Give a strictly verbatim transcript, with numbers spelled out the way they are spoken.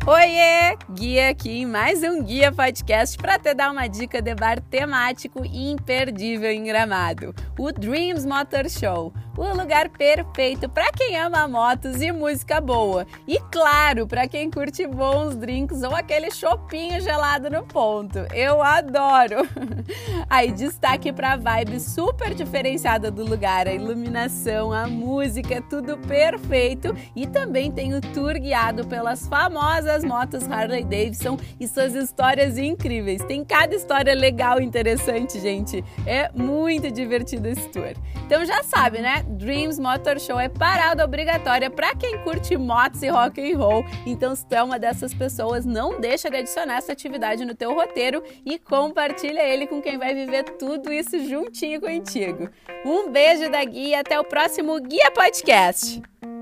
Oiê! Guia aqui em mais um Guia Podcast para te dar uma dica de bar temático imperdível em Gramado. O Dreams Motor Show, o lugar perfeito para quem ama motos e música boa. E claro, para quem curte bons drinks ou aquele chopinho gelado no ponto. Eu adoro! Aí destaque para a vibe super diferenciada do lugar, a iluminação, a música, tudo perfeito. E também tem o tour guiado pelas famosas motos Harley Davidson e suas histórias incríveis. Tem cada história legal e interessante, gente. É muito divertido esse tour. Então já sabe, né? Dreams Motor Show é parada obrigatória para quem curte motos e rock and roll. Então, se tu é uma dessas pessoas, não deixa de adicionar essa atividade no teu roteiro e compartilha ele com quem vai viver tudo isso juntinho contigo. Um beijo da Guia e até o próximo Guia Podcast.